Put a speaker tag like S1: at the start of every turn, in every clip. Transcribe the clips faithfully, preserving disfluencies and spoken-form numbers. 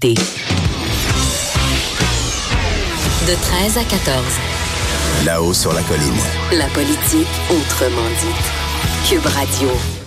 S1: L'été. De treize à quatorze.
S2: Là-haut sur la colline.
S1: La politique autrement dite. Cube Radio.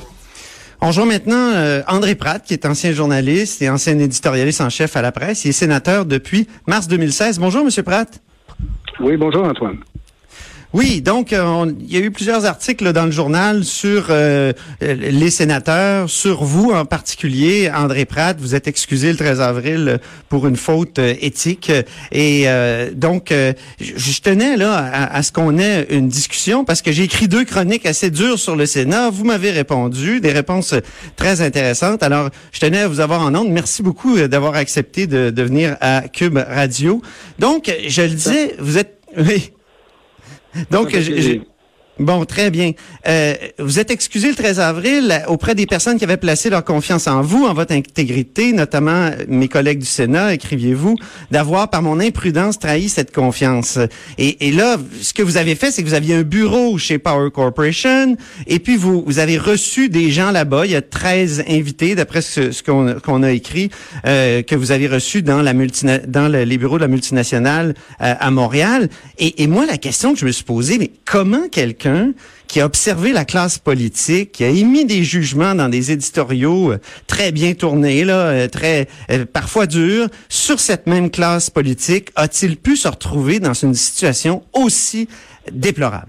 S3: On joue maintenant euh, André Pratt, qui est ancien journaliste et ancien éditorialiste en chef à la presse. Il est sénateur depuis mars deux mille seize. Bonjour, Monsieur Pratt.
S4: Oui, bonjour Antoine.
S3: Oui, donc euh, on, il y a eu plusieurs articles là, dans le journal sur euh, les sénateurs, sur vous en particulier, André Pratt. Vous êtes excusé le treize avril pour une faute euh, éthique. Et euh, donc, euh, je, je tenais là à, à ce qu'on ait une discussion parce que j'ai écrit deux chroniques assez dures sur le Sénat. Vous m'avez répondu, des réponses très intéressantes. Alors, je tenais à vous avoir en ondes. Merci beaucoup d'avoir accepté de, de venir à Cube Radio. Donc, je le disais, vous êtes... Oui. Donc, j'ai, j'ai, bon, très bien. Euh, vous êtes excusé le treize avril auprès des personnes qui avaient placé leur confiance en vous, en votre intégrité, notamment mes collègues du Sénat, écriviez-vous, d'avoir, par mon imprudence, trahi cette confiance. Et, et là, ce que vous avez fait, c'est que vous aviez un bureau chez Power Corporation, et puis vous, vous avez reçu des gens là-bas. Il y a treize invités, d'après ce, ce qu'on, qu'on a écrit, euh, que vous avez reçus dans la multina, dans le, les bureaux de la multinationale euh, à Montréal. Et, et moi, la question que je me suis posée, mais comment quelqu'un qui a observé la classe politique, qui a émis des jugements dans des éditoriaux euh, très bien tournés, là, euh, très euh, parfois durs, sur cette même classe politique, a-t-il pu se retrouver dans une situation aussi déplorable?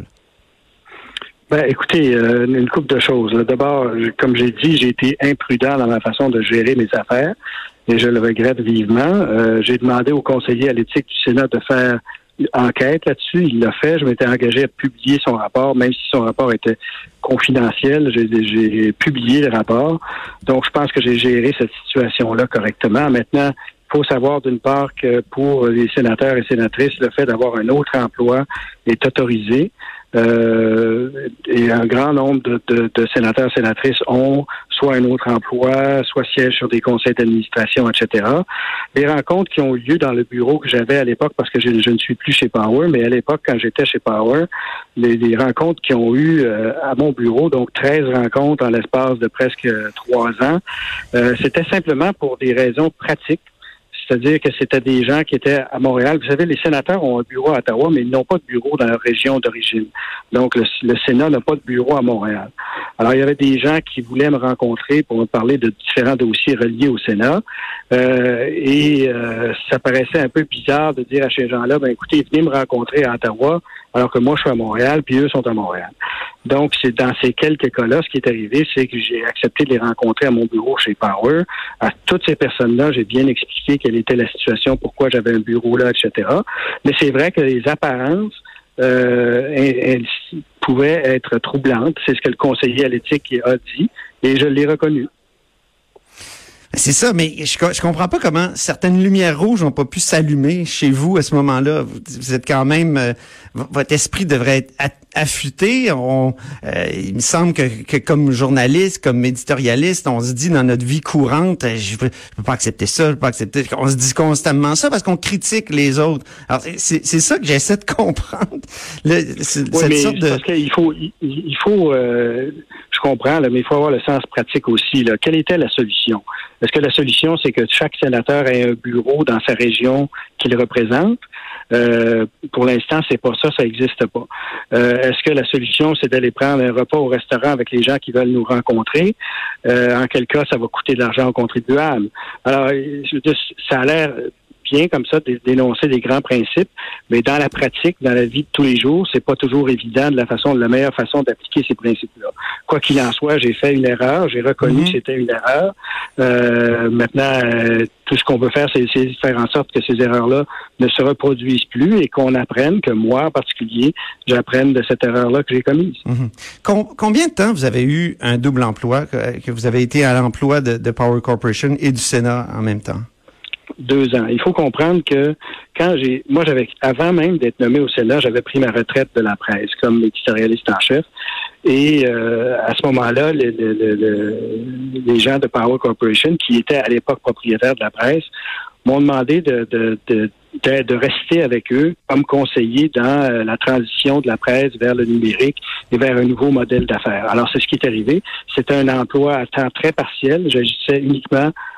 S4: Ben, écoutez, euh, une couple de choses. D'abord, comme j'ai dit, j'ai été imprudent dans ma façon de gérer mes affaires et je le regrette vivement. Euh, j'ai demandé au conseiller à l'éthique du Sénat de faire enquête là-dessus. Il l'a fait. Je m'étais engagé à publier son rapport, même si son rapport était confidentiel. J'ai, j'ai publié le rapport. Donc, je pense que j'ai géré cette situation-là correctement. Maintenant, il faut savoir d'une part que pour les sénateurs et sénatrices, le fait d'avoir un autre emploi est autorisé. Euh, et un grand nombre de, de, de sénateurs et sénatrices ont soit un autre emploi, soit siègent sur des conseils d'administration, et cetera. Les rencontres qui ont eu lieu dans le bureau que j'avais à l'époque, parce que je, je ne suis plus chez Power, mais à l'époque, quand j'étais chez Power, les, les rencontres qui ont eu euh, à mon bureau, donc treize rencontres en l'espace de presque trois ans, euh, c'était simplement pour des raisons pratiques. C'est-à-dire que c'était des gens qui étaient à Montréal. Vous savez, les sénateurs ont un bureau à Ottawa, mais ils n'ont pas de bureau dans leur région d'origine. Donc, le, le Sénat n'a pas de bureau à Montréal. Alors, il y avait des gens qui voulaient me rencontrer pour me parler de différents dossiers reliés au Sénat. Euh, et euh, ça paraissait un peu bizarre de dire à ces gens-là, ben écoutez, venez me rencontrer à Ottawa, alors que moi, je suis à Montréal, puis eux sont à Montréal. Donc, c'est dans ces quelques cas-là, ce qui est arrivé, c'est que j'ai accepté de les rencontrer à mon bureau chez Power. À toutes ces personnes-là, j'ai bien expliqué quelle était la situation, pourquoi j'avais un bureau là, et cetera. Mais c'est vrai que les apparences, euh, elles, elles pouvaient être troublantes. C'est ce que le conseiller à l'éthique a dit, et je l'ai reconnu.
S3: C'est ça, mais je, je comprends pas comment certaines lumières rouges n'ont pas pu s'allumer chez vous à ce moment-là. Vous, vous êtes quand même... Euh, votre esprit devrait être affûté. On, euh, il me semble que, que comme journaliste, comme éditorialiste, on se dit dans notre vie courante, je peux, je peux pas accepter ça, je peux pas accepter... On se dit constamment ça parce qu'on critique les autres. Alors, c'est, c'est ça que j'essaie de comprendre. Le, c'est,
S4: oui,
S3: cette
S4: mais
S3: sorte de...
S4: parce qu'il faut... Il, il faut euh, je comprends, là, mais il faut avoir le sens pratique aussi. Là. Quelle était la solution? Est-ce que la solution, c'est que chaque sénateur ait un bureau dans sa région qu'il représente? Euh, pour l'instant, c'est pas ça, ça n'existe pas. Euh, est-ce que la solution, c'est d'aller prendre un repas au restaurant avec les gens qui veulent nous rencontrer? Euh, en quel cas, ça va coûter de l'argent aux contribuables? Alors, je veux dire, ça a l'air bien comme ça de dénoncer des grands principes, mais dans la pratique, dans la vie de tous les jours, c'est pas toujours évident de la façon, de la meilleure façon d'appliquer ces principes-là. Quoi qu'il en soit, j'ai fait une erreur, j'ai reconnu mm-hmm. que c'était une erreur. Euh, maintenant, euh, tout ce qu'on peut faire, c'est essayer de faire en sorte que ces erreurs-là ne se reproduisent plus et qu'on apprenne, que moi en particulier, j'apprenne de cette erreur-là que j'ai commise.
S3: Mm-hmm. Com- combien de temps vous avez eu un double emploi, que, que vous avez été à l'emploi de, de Power Corporation et du Sénat en même temps?
S4: Deux ans. Il faut comprendre que quand j'ai, moi j'avais, avant même d'être nommé au Sénat, j'avais pris ma retraite de la presse comme éditorialiste en chef. Et euh, à ce moment-là, le, le, le, les gens de Power Corporation, qui étaient à l'époque propriétaires de la presse, m'ont demandé de, de, de, de, de rester avec eux comme conseiller dans euh, la transition de la presse vers le numérique et vers un nouveau modèle d'affaires. Alors, c'est ce qui est arrivé. C'était un emploi à temps très partiel. J'agissais uniquement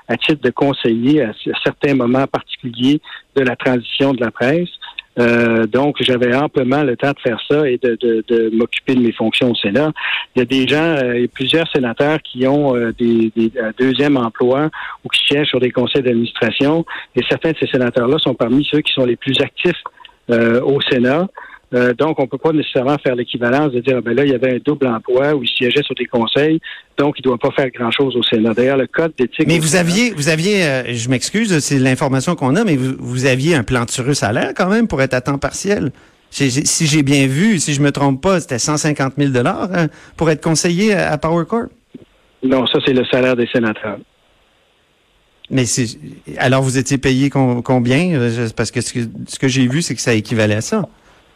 S4: à titre de conseiller à certains moments particuliers de la transition de la presse. Euh, donc, j'avais amplement le temps de faire ça et de, de, de m'occuper de mes fonctions au Sénat. Il y a des gens, euh, plusieurs sénateurs qui ont euh, des, des un deuxième emploi ou qui siègent sur des conseils d'administration. Et certains de ces sénateurs-là sont parmi ceux qui sont les plus actifs euh, au Sénat. Euh, donc, on peut pas nécessairement faire l'équivalence de dire, ben là, il y avait un double emploi où il siégeait sur des conseils, donc il doit pas faire grand-chose au Sénat. D'ailleurs, le code d'éthique...
S3: Mais vous
S4: Sénat,
S3: aviez, vous aviez, euh, je m'excuse, c'est l'information qu'on a, mais vous, vous aviez un plantureux salaire quand même pour être à temps partiel. Si, si j'ai bien vu, si je me trompe pas, c'était cent cinquante mille dollars hein, pour être conseiller à, à Power Corp.
S4: Non, ça, c'est le salaire des sénateurs.
S3: Mais c'est, alors vous étiez payé com- combien? Parce que ce que, ce que j'ai vu, c'est que ça équivalait à ça.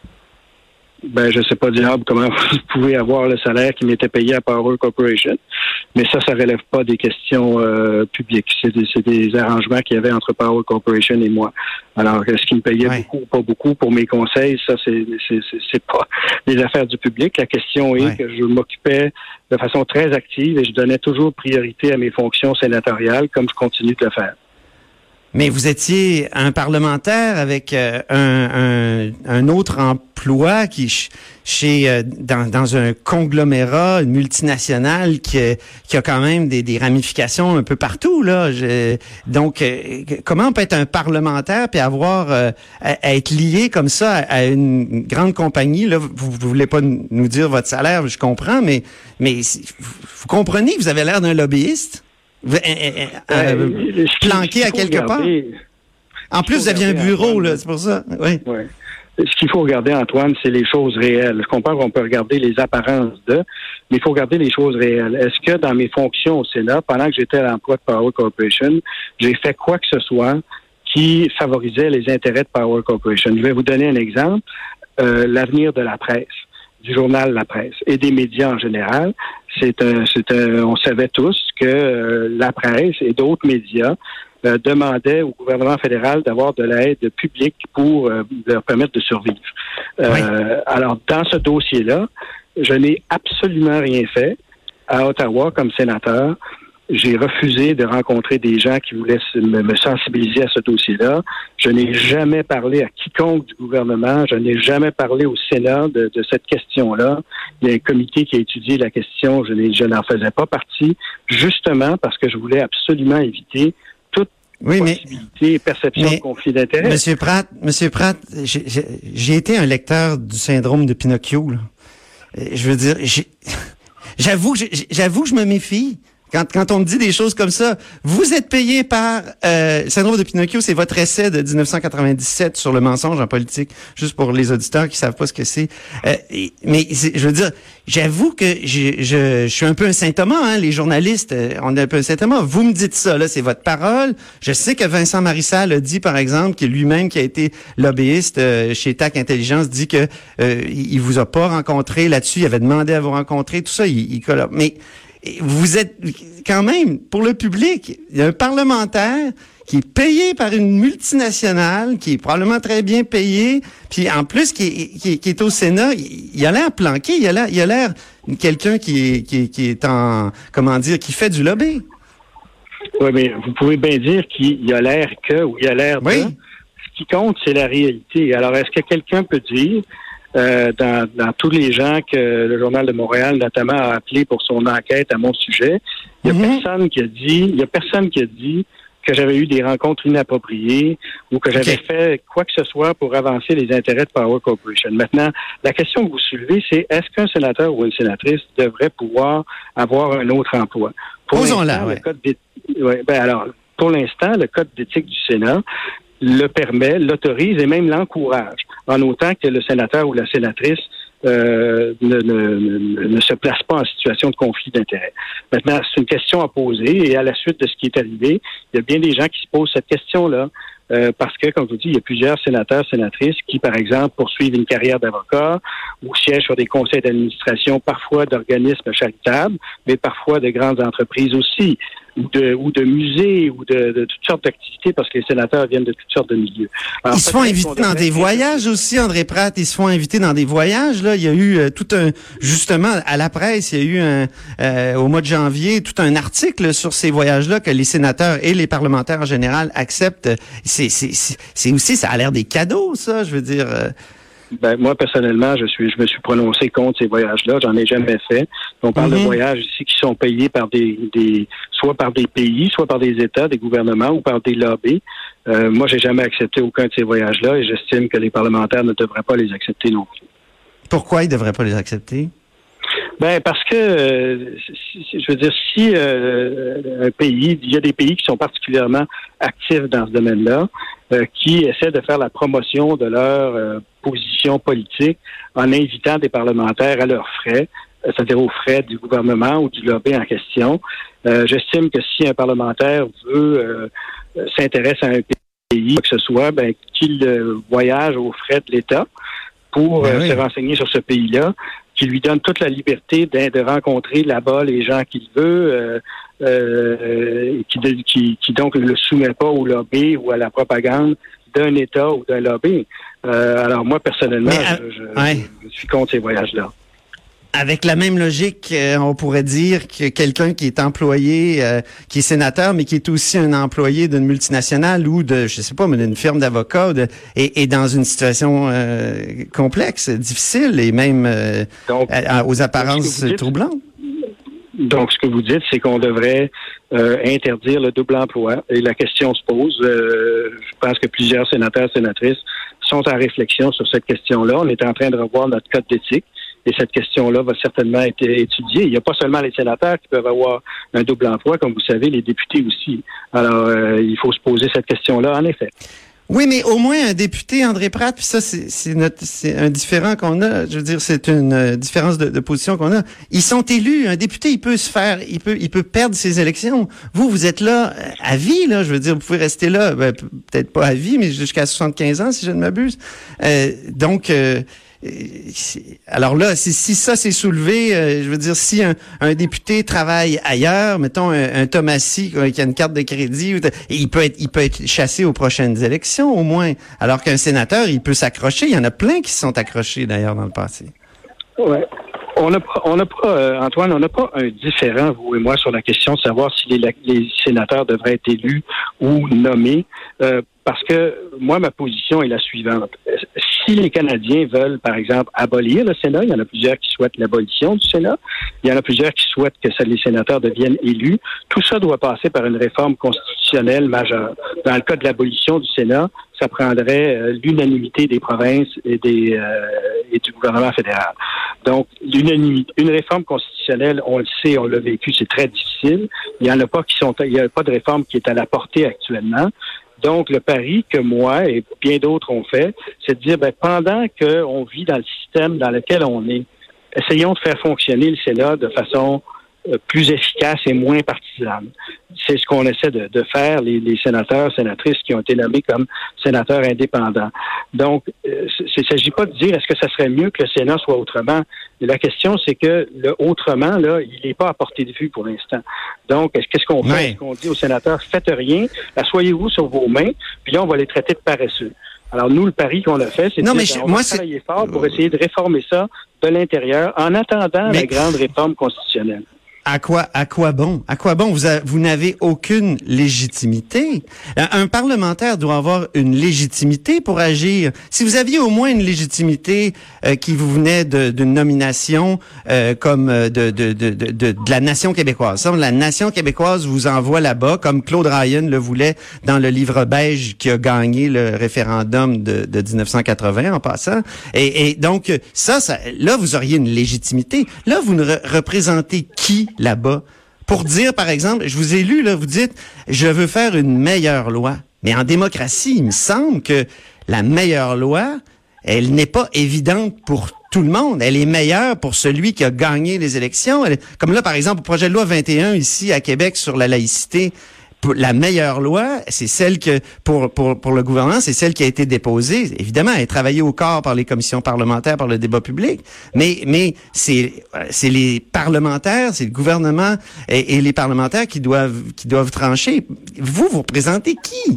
S4: Ben, je sais pas diable comment vous pouvez avoir le salaire qui m'était payé à Power Corporation, mais ça, ça relève pas des questions euh, publiques. C'est des, c'est des arrangements qu'il y avait entre Power Corporation et moi. Alors, est-ce qu'il me payait ouais. beaucoup ou pas beaucoup pour mes conseils? Ça, c'est, c'est, c'est, c'est pas des affaires du public. La question est ouais. que je m'occupais de façon très active et je donnais toujours priorité à mes fonctions sénatoriales, comme je continue de le faire.
S3: Mais vous étiez un parlementaire avec euh, un, un, un autre emploi qui chez euh, dans, dans un conglomérat, une multinationale qui, qui a quand même des, des ramifications un peu partout là. Je, donc, euh, comment on peut être un parlementaire puis avoir euh, à, à être lié comme ça à, à une grande compagnie là? Vous, vous voulez pas nous dire votre salaire, je comprends, mais mais vous, vous comprenez que vous avez l'air d'un lobbyiste? Vous, euh, euh, euh, planqué à quelque regarder, part. En plus, vous aviez un bureau, Antoine, là, c'est pour ça. Oui.
S4: Ouais. Ce qu'il faut regarder, Antoine, c'est les choses réelles. Je comprends qu'on peut regarder les apparences de, mais il faut regarder les choses réelles. Est-ce que dans mes fonctions au Sénat, pendant que j'étais à l'emploi de Power Corporation, j'ai fait quoi que ce soit qui favorisait les intérêts de Power Corporation? Je vais vous donner un exemple. Euh, l'avenir de la presse, du journal La Presse et des médias en général. C'est un, c'est un, on savait tous que euh, la presse et d'autres médias euh, demandaient au gouvernement fédéral d'avoir de l'aide publique pour euh, leur permettre de survivre. Euh, oui. Alors, dans ce dossier-là, je n'ai absolument rien fait à Ottawa comme sénateur. J'ai refusé de rencontrer des gens qui voulaient me, me sensibiliser à ce dossier-là. Je n'ai jamais parlé à quiconque du gouvernement. Je n'ai jamais parlé au Sénat de, de cette question-là. Il y a un comité qui a étudié la question. Je, je n'en faisais pas partie, justement parce que je voulais absolument éviter toute oui, possibilité mais, et perception mais, de conflit d'intérêt.
S3: Monsieur Pratt, Monsieur Pratt, j'ai, j'ai, j'ai été un lecteur du syndrome de Pinocchio. Là. Je veux dire, j'ai, j'avoue, j'ai, j'avoue, je me méfie. Quand, quand on me dit des choses comme ça, vous êtes payé par... Euh, le syndrome de Pinocchio, c'est votre essai de dix-neuf cent quatre-vingt-dix-sept sur le mensonge en politique, juste pour les auditeurs qui savent pas ce que c'est. Euh, mais je veux dire, j'avoue que je, je, je suis un peu un Saint-Thomas, hein, les journalistes, on est un peu un Saint-Thomas. Vous me dites ça, là, c'est votre parole. Je sais que Vincent Marissal a dit, par exemple, que lui-même, qui a été lobbyiste euh, chez T A C Intelligence, dit que euh, il vous a pas rencontré là-dessus, il avait demandé à vous rencontrer, tout ça, il, il collabore. Mais vous êtes quand même, pour le public, il y a un parlementaire qui est payé par une multinationale, qui est probablement très bien payé, puis en plus qui est, qui est, qui est au Sénat, il a l'air planqué, il a l'air, il a l'air quelqu'un qui est, qui est, qui est en, comment dire, qui fait du lobby.
S4: Oui, mais vous pouvez bien dire qu'il a l'air que, ou il a l'air de.
S3: Oui.
S4: Ce qui compte, c'est la réalité. Alors, est-ce que quelqu'un peut dire Euh, dans, dans tous les gens que le Journal de Montréal, notamment, a appelé pour son enquête à mon sujet, il y a mm-hmm. personne qui a dit, il y a personne qui a dit que j'avais eu des rencontres inappropriées ou que j'avais okay. fait quoi que ce soit pour avancer les intérêts de Power Corporation. Maintenant, la question que vous soulevez, c'est est-ce qu'un sénateur ou une sénatrice devrait pouvoir avoir un autre emploi? Pour
S3: Posons-la, ouais.
S4: le code ouais, ben alors, pour l'instant, le Code d'éthique du Sénat le permet, l'autorise et même l'encourage, en autant que le sénateur ou la sénatrice euh, ne, ne, ne, ne se place pas en situation de conflit d'intérêts. Maintenant, c'est une question à poser et à la suite de ce qui est arrivé, il y a bien des gens qui se posent cette question-là. Euh, parce que, comme je vous dis, il y a plusieurs sénateurs, sénatrices qui, par exemple, poursuivent une carrière d'avocat ou siègent sur des conseils d'administration, parfois d'organismes charitables, mais parfois de grandes entreprises aussi. ou de ou de musées ou de, de toutes sortes d'activités parce que les sénateurs viennent de toutes sortes de milieux.
S3: Alors, ils se font inviter dans des voyages aussi, André Pratt. Ils se font inviter dans des voyages. Là, il y a eu euh, tout un, justement, à la presse, il y a eu un, euh, au mois de janvier, tout un article sur ces voyages-là que les sénateurs et les parlementaires en général acceptent. C'est, c'est, c'est, c'est aussi, ça a l'air des cadeaux, ça. Je veux dire. Euh,
S4: Ben, moi, personnellement, je suis, je me suis prononcé contre ces voyages-là. J'en ai jamais fait. On parle mm-hmm. de voyages ici qui sont payés par des, des, soit par des pays, soit par des États, des gouvernements ou par des lobbies. Euh, moi, j'ai jamais accepté aucun de ces voyages-là et j'estime que les parlementaires ne devraient pas les accepter non plus.
S3: Pourquoi ils devraient pas les accepter?
S4: Ben parce que euh, si, je veux dire, si euh, un pays, il y a des pays qui sont particulièrement actifs dans ce domaine-là, euh, qui essaient de faire la promotion de leur euh, position politique en invitant des parlementaires à leurs frais, c'est-à-dire aux frais du gouvernement ou du lobby en question. Euh, j'estime que si un parlementaire veut euh, s'intéresse à un pays, que ce soit, ben qu'il euh, voyage aux frais de l'État pour ben euh, oui. se renseigner sur ce pays-là, qui lui donne toute la liberté de, de rencontrer là-bas les gens qu'il veut, euh, euh, qui, de, qui, qui donc ne le soumet pas au lobby ou à la propagande d'un État ou d'un lobby. Euh, alors moi, personnellement, Mais, je, je, ouais. je suis contre ces voyages-là.
S3: Avec la même logique, euh, on pourrait dire que quelqu'un qui est employé, euh, qui est sénateur, mais qui est aussi un employé d'une multinationale ou de, je sais pas, mais d'une firme d'avocats, de, est, est dans une situation euh, complexe, difficile et même euh, donc, à, aux apparences dites, troublantes.
S4: Donc, ce que vous dites, c'est qu'on devrait euh, interdire le double emploi. Et la question se pose. Euh, je pense que plusieurs sénateurs et sénatrices sont en réflexion sur cette question-là. On est en train de revoir notre code d'éthique. Et cette question-là va certainement être étudiée. Il n'y a pas seulement les sénateurs qui peuvent avoir un double emploi, comme vous savez, les députés aussi. Alors, euh, il faut se poser cette question-là, en effet.
S3: Oui, mais au moins un député, André Pratt, puis ça, c'est, c'est, notre, c'est un différent qu'on a. Je veux dire, c'est une euh, différence de, de position qu'on a. Ils sont élus. Un député, il peut se faire, il peut, il peut perdre ses élections. Vous, vous êtes là à vie, là. Je veux dire, vous pouvez rester là, ben, peut-être pas à vie, mais jusqu'à soixante-quinze ans, si je ne m'abuse. Euh, donc, euh, alors là, si, si ça s'est soulevé, euh, je veux dire, si un, un député travaille ailleurs, mettons un, un Thomasy qui a une carte de crédit, il peut être, il peut être chassé aux prochaines élections au moins. Alors qu'un sénateur, il peut s'accrocher. Il y en a plein qui se sont accrochés d'ailleurs dans le passé.
S4: Ouais. On n'a on n'a pas, euh, Antoine, on n'a pas un différent, vous et moi, sur la question de savoir si les, les sénateurs devraient être élus ou nommés. Euh, parce que moi, ma position est la suivante. Si les Canadiens veulent, par exemple, abolir le Sénat, il y en a plusieurs qui souhaitent l'abolition du Sénat, il y en a plusieurs qui souhaitent que ça, les sénateurs deviennent élus, tout ça doit passer par une réforme constitutionnelle majeure. Dans le cas de l'abolition du Sénat, ça prendrait euh, l'unanimité des provinces et, des, euh, et du gouvernement fédéral. Donc, l'unanimité, une réforme constitutionnelle, on le sait, on l'a vécu, c'est très difficile. Il y en a pas qui sont, il y a pas de réforme qui est à la portée actuellement. Donc, le pari que moi et bien d'autres ont fait, c'est de dire, ben, pendant qu'on vit dans le système dans lequel on est, essayons de faire fonctionner le Sénat de façon euh, plus efficace et moins partisane. C'est ce qu'on essaie de, de faire, les, les sénateurs, sénatrices qui ont été nommés comme sénateurs indépendants. Donc, euh, il ne s'agit pas de dire est-ce que ça serait mieux que le Sénat soit autrement. Et la question, c'est que le autrement, là, il n'est pas à portée de vue pour l'instant. Donc, qu'est-ce qu'on fait? Ouais. Est-ce qu'on dit aux sénateurs, faites rien, asseyez-vous sur vos mains, puis là, on va les traiter de paresseux. Alors, nous, le pari qu'on a fait, c'est de
S3: non,
S4: dire,
S3: mais
S4: ben, on
S3: moi,
S4: va
S3: c'est...
S4: travailler fort pour essayer de réformer ça de l'intérieur en attendant mais... la grande réforme constitutionnelle.
S3: À quoi, à quoi bon? À quoi bon? Vous, a, vous n'avez aucune légitimité. Un parlementaire doit avoir une légitimité pour agir. Si vous aviez au moins une légitimité euh, qui vous venait de, d'une nomination euh, comme de, de, de, de, de, de la nation québécoise. La nation québécoise vous envoie là-bas, comme Claude Ryan le voulait dans le livre beige qui a gagné le référendum de, de dix-neuf cent quatre-vingts en passant. Et, et donc, ça, ça, là, vous auriez une légitimité. Là, vous ne re- représentez qui là-bas? Pour dire, par exemple, je vous ai lu, là, vous dites, je veux faire une meilleure loi. Mais en démocratie, il me semble que la meilleure loi, elle n'est pas évidente pour tout le monde. Elle est meilleure pour celui qui a gagné les élections. Elle, comme là, par exemple, au projet de loi vingt et un, ici, à Québec, sur la laïcité, la meilleure loi, c'est celle que pour pour pour le gouvernement, c'est celle qui a été déposée. Évidemment, elle est travaillée au corps par les commissions parlementaires, par le débat public, mais mais c'est c'est les parlementaires, c'est le gouvernement et, et les parlementaires qui doivent qui doivent trancher. Vous, vous représentez qui?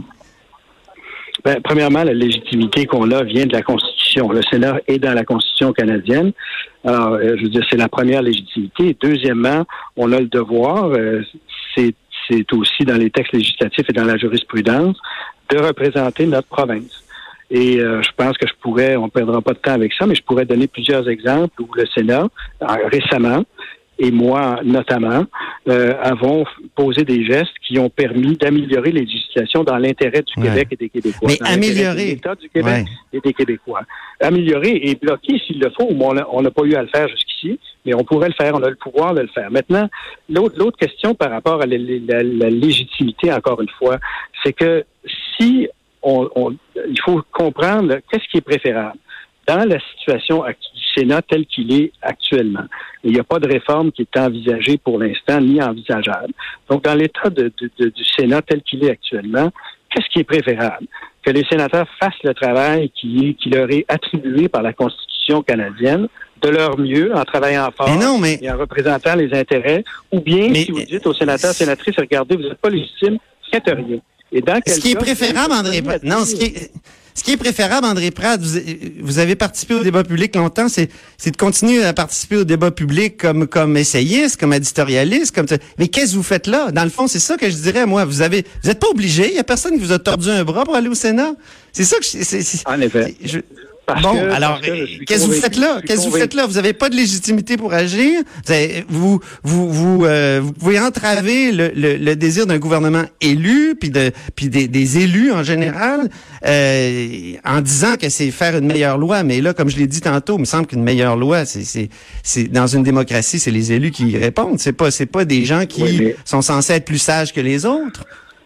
S4: Ben, premièrement, la légitimité qu'on a vient de la Constitution. Le Sénat est dans la Constitution canadienne. Alors, euh, je veux dire, c'est la première légitimité. Deuxièmement, on a le devoir, euh, c'est, c'est aussi dans les textes législatifs et dans la jurisprudence, de représenter notre province. Et euh, je pense que je pourrais, on ne perdra pas de temps avec ça, mais je pourrais donner plusieurs exemples où le Sénat, euh, récemment, et moi notamment, euh, avons posé des gestes qui ont permis d'améliorer les législations dans l'intérêt du ouais. Québec et des Québécois.
S3: Mais améliorer.
S4: De l'État du Québec ouais. et des Québécois. Améliorer et bloquer s'il le faut. On n'a pas eu à le faire jusqu'ici, mais on pourrait le faire. On a le pouvoir de le faire. Maintenant, l'autre, l'autre question par rapport à la, la, la légitimité, encore une fois, c'est que si on, on, il faut comprendre qu'est-ce qui est préférable. Dans la situation du Sénat tel qu'il est actuellement, il n'y a pas de réforme qui est envisagée pour l'instant, ni envisageable. Donc, dans l'état de, de, de, du Sénat tel qu'il est actuellement, qu'est-ce qui est préférable? Que les sénateurs fassent le travail qui, qui leur est attribué par la Constitution canadienne, de leur mieux, en travaillant fort
S3: mais non, mais...
S4: et en représentant les intérêts, ou bien, mais... si vous dites aux sénateurs, sénatrices, regardez, vous n'êtes pas légitime, faites rien. Et dans
S3: ce qui est préférable, André Pratt, non, ce qui est, ce qui est préférable, André Pratt, vous, vous avez participé au débat public longtemps, c'est, c'est de continuer à participer au débat public comme, comme essayiste, comme éditorialiste, comme, mais qu'est-ce que vous faites là? Dans le fond, c'est ça que je dirais, moi. Vous avez, vous êtes pas obligé. Il y a personne qui vous a tordu un bras pour aller au Sénat. C'est ça que je, c'est, c'est,
S4: en effet.
S3: Je,
S4: Parce
S3: bon,
S4: que,
S3: alors, qu'est-ce que vous faites là? Qu'est-ce que vous faites là? Vous n'avez pas de légitimité pour agir. Vous, avez, vous, vous, vous, euh, vous pouvez entraver le, le, le désir d'un gouvernement élu, puis de, puis des, des élus en général, euh, en disant que c'est faire une meilleure loi. Mais là, comme je l'ai dit tantôt, il me semble qu'une meilleure loi, c'est, c'est, c'est dans une démocratie, c'est les élus qui y répondent. C'est pas, c'est pas des gens qui oui, mais... sont censés être plus sages que les autres.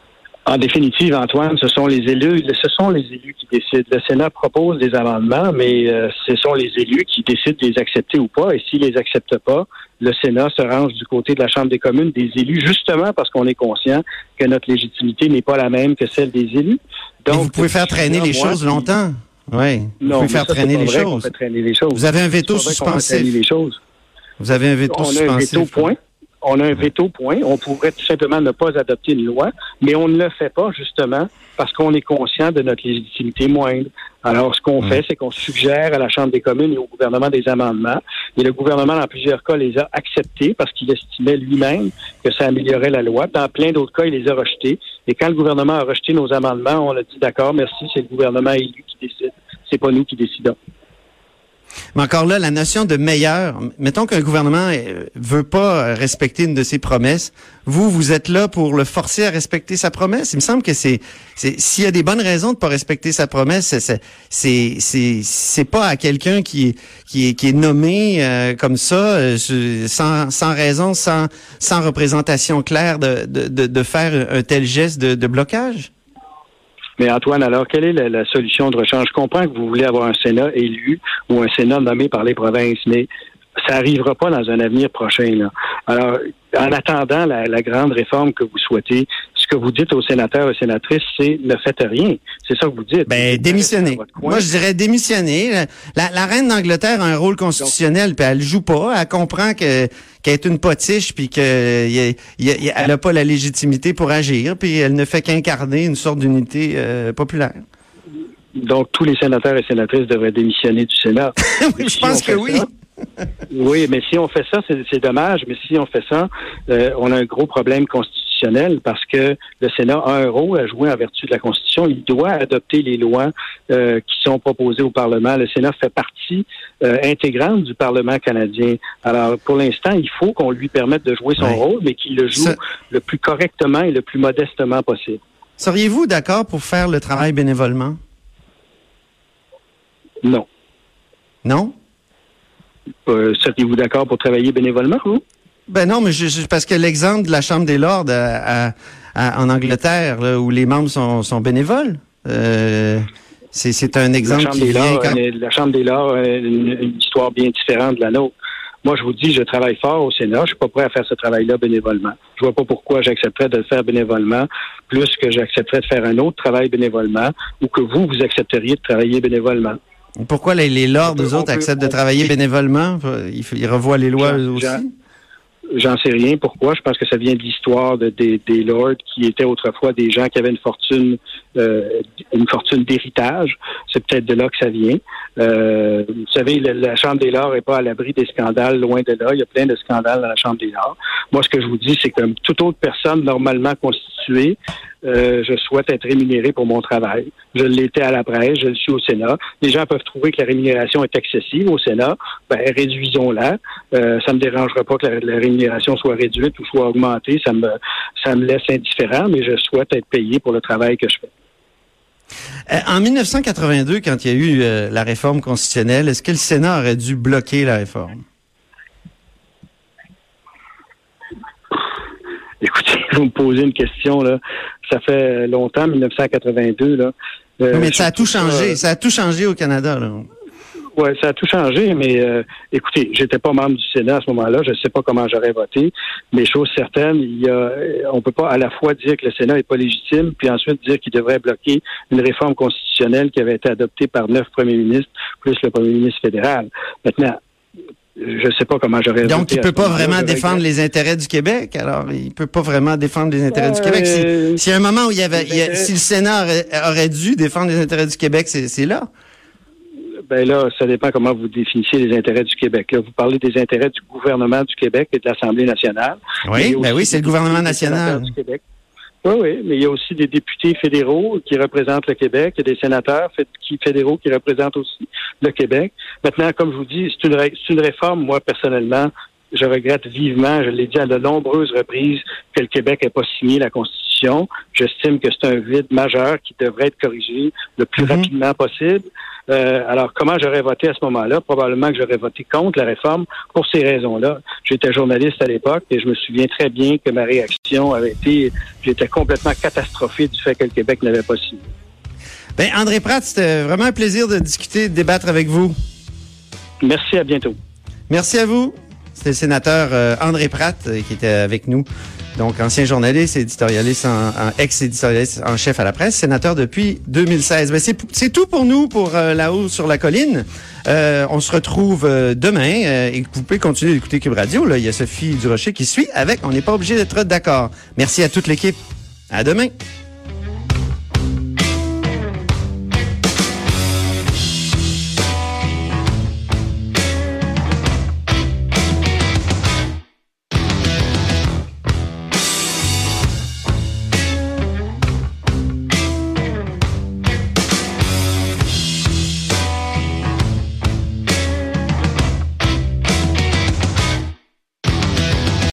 S4: En définitive, Antoine, ce sont les élus, ce sont les élus qui décident. Le Sénat propose des amendements, mais euh, ce sont les élus qui décident de les accepter ou pas. Et s'ils les acceptent pas, le Sénat se range du côté de la Chambre des communes des élus, justement parce qu'on est conscient que notre légitimité n'est pas la même que celle des élus. Donc,
S3: mais vous pouvez faire traîner les moi, choses longtemps. Oui. Vous
S4: non,
S3: pouvez faire
S4: ça,
S3: traîner, les
S4: traîner les choses.
S3: Vous avez un veto suspensif.
S4: Les choses.
S3: Vous avez un veto
S4: on
S3: suspensif.
S4: A un veto point. On a un veto point. On pourrait tout simplement ne pas adopter une loi, mais on ne le fait pas justement parce qu'on est conscient de notre légitimité moindre. Alors, ce qu'on mmh. fait, c'est qu'on suggère à la Chambre des communes et au gouvernement des amendements. Et le gouvernement, dans plusieurs cas, les a acceptés parce qu'il estimait lui-même que ça améliorait la loi. Dans plein d'autres cas, il les a rejetés. Et quand le gouvernement a rejeté nos amendements, on a dit d'accord, merci, c'est le gouvernement élu qui décide. C'est pas nous qui décidons.
S3: Mais encore là, la notion de meilleur, mettons qu'un gouvernement veut pas respecter une de ses promesses, vous, vous êtes là pour le forcer à respecter sa promesse. Il me semble que c'est, c'est s'il y a des bonnes raisons de pas respecter sa promesse, c'est c'est c'est, c'est pas à quelqu'un qui qui est qui est nommé euh, comme ça, euh, sans sans raison, sans sans représentation claire de de de, de faire un tel geste de, de blocage.
S4: Mais Antoine, alors, quelle est la, la solution de rechange? Je comprends que vous voulez avoir un Sénat élu ou un Sénat nommé par les provinces, mais ça n'arrivera pas dans un avenir prochain, là. Alors, en attendant la, la grande réforme que vous souhaitez, ce que vous dites aux sénateurs et sénatrices, c'est ne faites rien. C'est ça que vous dites.
S3: Ben, démissionner. Moi, je dirais démissionner. La, la reine d'Angleterre a un rôle constitutionnel, puis elle joue pas. Elle comprend que qu'elle est une potiche, puis qu'elle n'a pas la légitimité pour agir, puis elle ne fait qu'incarner une sorte d'unité euh, populaire.
S4: Donc, tous les sénateurs et sénatrices devraient démissionner du Sénat.
S3: Oui, je pense que oui.
S4: Ça, oui, mais si on fait ça, c'est, c'est dommage, mais si on fait ça, euh, on a un gros problème constitutionnel parce que le Sénat a un rôle à jouer en vertu de la Constitution. Il doit adopter les lois euh, qui sont proposées au Parlement. Le Sénat fait partie euh, intégrante du Parlement canadien. Alors, pour l'instant, il faut qu'on lui permette de jouer son ouais. rôle, mais qu'il le joue ça... le plus correctement et le plus modestement possible.
S3: Seriez-vous d'accord pour faire le travail bénévolement?
S4: Non.
S3: Non?
S4: Euh, seriez-vous d'accord pour travailler bénévolement, vous?
S3: Ben non, mais je, je, parce que l'exemple de la Chambre des Lords à, à, à, en Angleterre, là, où les membres sont, sont bénévoles, euh, c'est, c'est un exemple
S4: la Chambre
S3: qui
S4: des
S3: vient
S4: Lords,
S3: quand...
S4: La Chambre des Lords a une, une histoire bien différente de la nôtre. Moi, je vous dis, je travaille fort au Sénat. Je suis pas prêt à faire ce travail-là bénévolement. Je vois pas pourquoi j'accepterais de le faire bénévolement plus que j'accepterais de faire un autre travail bénévolement ou que vous, vous accepteriez de travailler bénévolement.
S3: Pourquoi les, les lords, eux autres, acceptent de travailler bénévolement? Ils, ils revoient les lois, eux aussi?
S4: J'en sais rien. Pourquoi? Je pense que ça vient de l'histoire de, des, des lords qui étaient autrefois des gens qui avaient une fortune, euh, une fortune d'héritage. C'est peut-être de là que ça vient. Euh, vous savez, la, la Chambre des lords n'est pas à l'abri des scandales, loin de là. Il y a plein de scandales dans la Chambre des lords. Moi, ce que je vous dis, c'est que comme toute autre personne normalement constituée, euh, je souhaite être rémunéré pour mon travail. Je l'étais à la presse, je le suis au Sénat. Les gens peuvent trouver que la rémunération est excessive au Sénat. Ben, réduisons-la. Euh, ça me dérangera pas que la, la rémunération soit réduite ou soit augmentée. Ça me, ça me laisse indifférent, mais je souhaite être payé pour le travail que je fais.
S3: En dix-neuf cent quatre-vingt-deux, quand il y a eu euh, la réforme constitutionnelle, est-ce que le Sénat aurait dû bloquer la réforme?
S4: Écoutez, vous me posez une question, là. Ça fait longtemps, dix-neuf cent quatre-vingt-deux, là.
S3: Euh, mais ça a tout changé. Ça, ça a tout changé au Canada, là.
S4: Oui, ça a tout changé, mais euh, écoutez, j'étais pas membre du Sénat à ce moment-là, je ne sais pas comment j'aurais voté, mais chose certaine, il y a, on peut pas à la fois dire que le Sénat est pas légitime, puis ensuite dire qu'il devrait bloquer une réforme constitutionnelle qui avait été adoptée par neuf premiers ministres, plus le premier ministre fédéral. Maintenant, je ne sais pas comment j'aurais voté.
S3: Donc, il peut pas vraiment défendre les intérêts du Québec, alors il peut pas vraiment défendre les intérêts euh, du Québec. Si, s'il y a un moment où il y avait, il y a, si le Sénat aurait, aurait dû défendre les intérêts du Québec, c'est, c'est là.
S4: Ben là, ça dépend comment vous définissez les intérêts du Québec. Là, vous parlez des intérêts du gouvernement du Québec et de l'Assemblée nationale.
S3: Oui, ben oui, c'est le gouvernement national
S4: du Québec. Oui, oui, mais il y a aussi des députés fédéraux qui représentent le Québec, il y a des sénateurs fédéraux qui représentent aussi le Québec. Maintenant, comme je vous dis, c'est une, c'est une réforme, moi, personnellement, je regrette vivement, je l'ai dit à de nombreuses reprises, que le Québec n'ait pas signé la Constitution. J'estime que c'est un vide majeur qui devrait être corrigé le plus mm-hmm. rapidement possible. Euh, alors, comment j'aurais voté à ce moment-là? Probablement que j'aurais voté contre la réforme pour ces raisons-là. J'étais journaliste à l'époque et je me souviens très bien que ma réaction avait été, j'étais complètement catastrophé du fait que le Québec n'avait pas signé.
S3: Ben, André Pratt, c'était vraiment un plaisir de discuter, de débattre avec vous.
S4: Merci, à bientôt.
S3: Merci à vous. C'était le sénateur euh, André Pratt euh, qui était avec nous. Donc, ancien journaliste, éditorialiste, en, en ex-éditorialiste en chef à la presse, sénateur depuis deux mille seize. Ben, c'est, c'est tout pour nous pour euh, Là-haut sur la colline. Euh, on se retrouve euh, demain euh, et vous pouvez continuer d'écouter Cube Radio. Là, il y a Sophie Durocher qui suit avec. On n'est pas obligé d'être d'accord. Merci à toute l'équipe. À demain.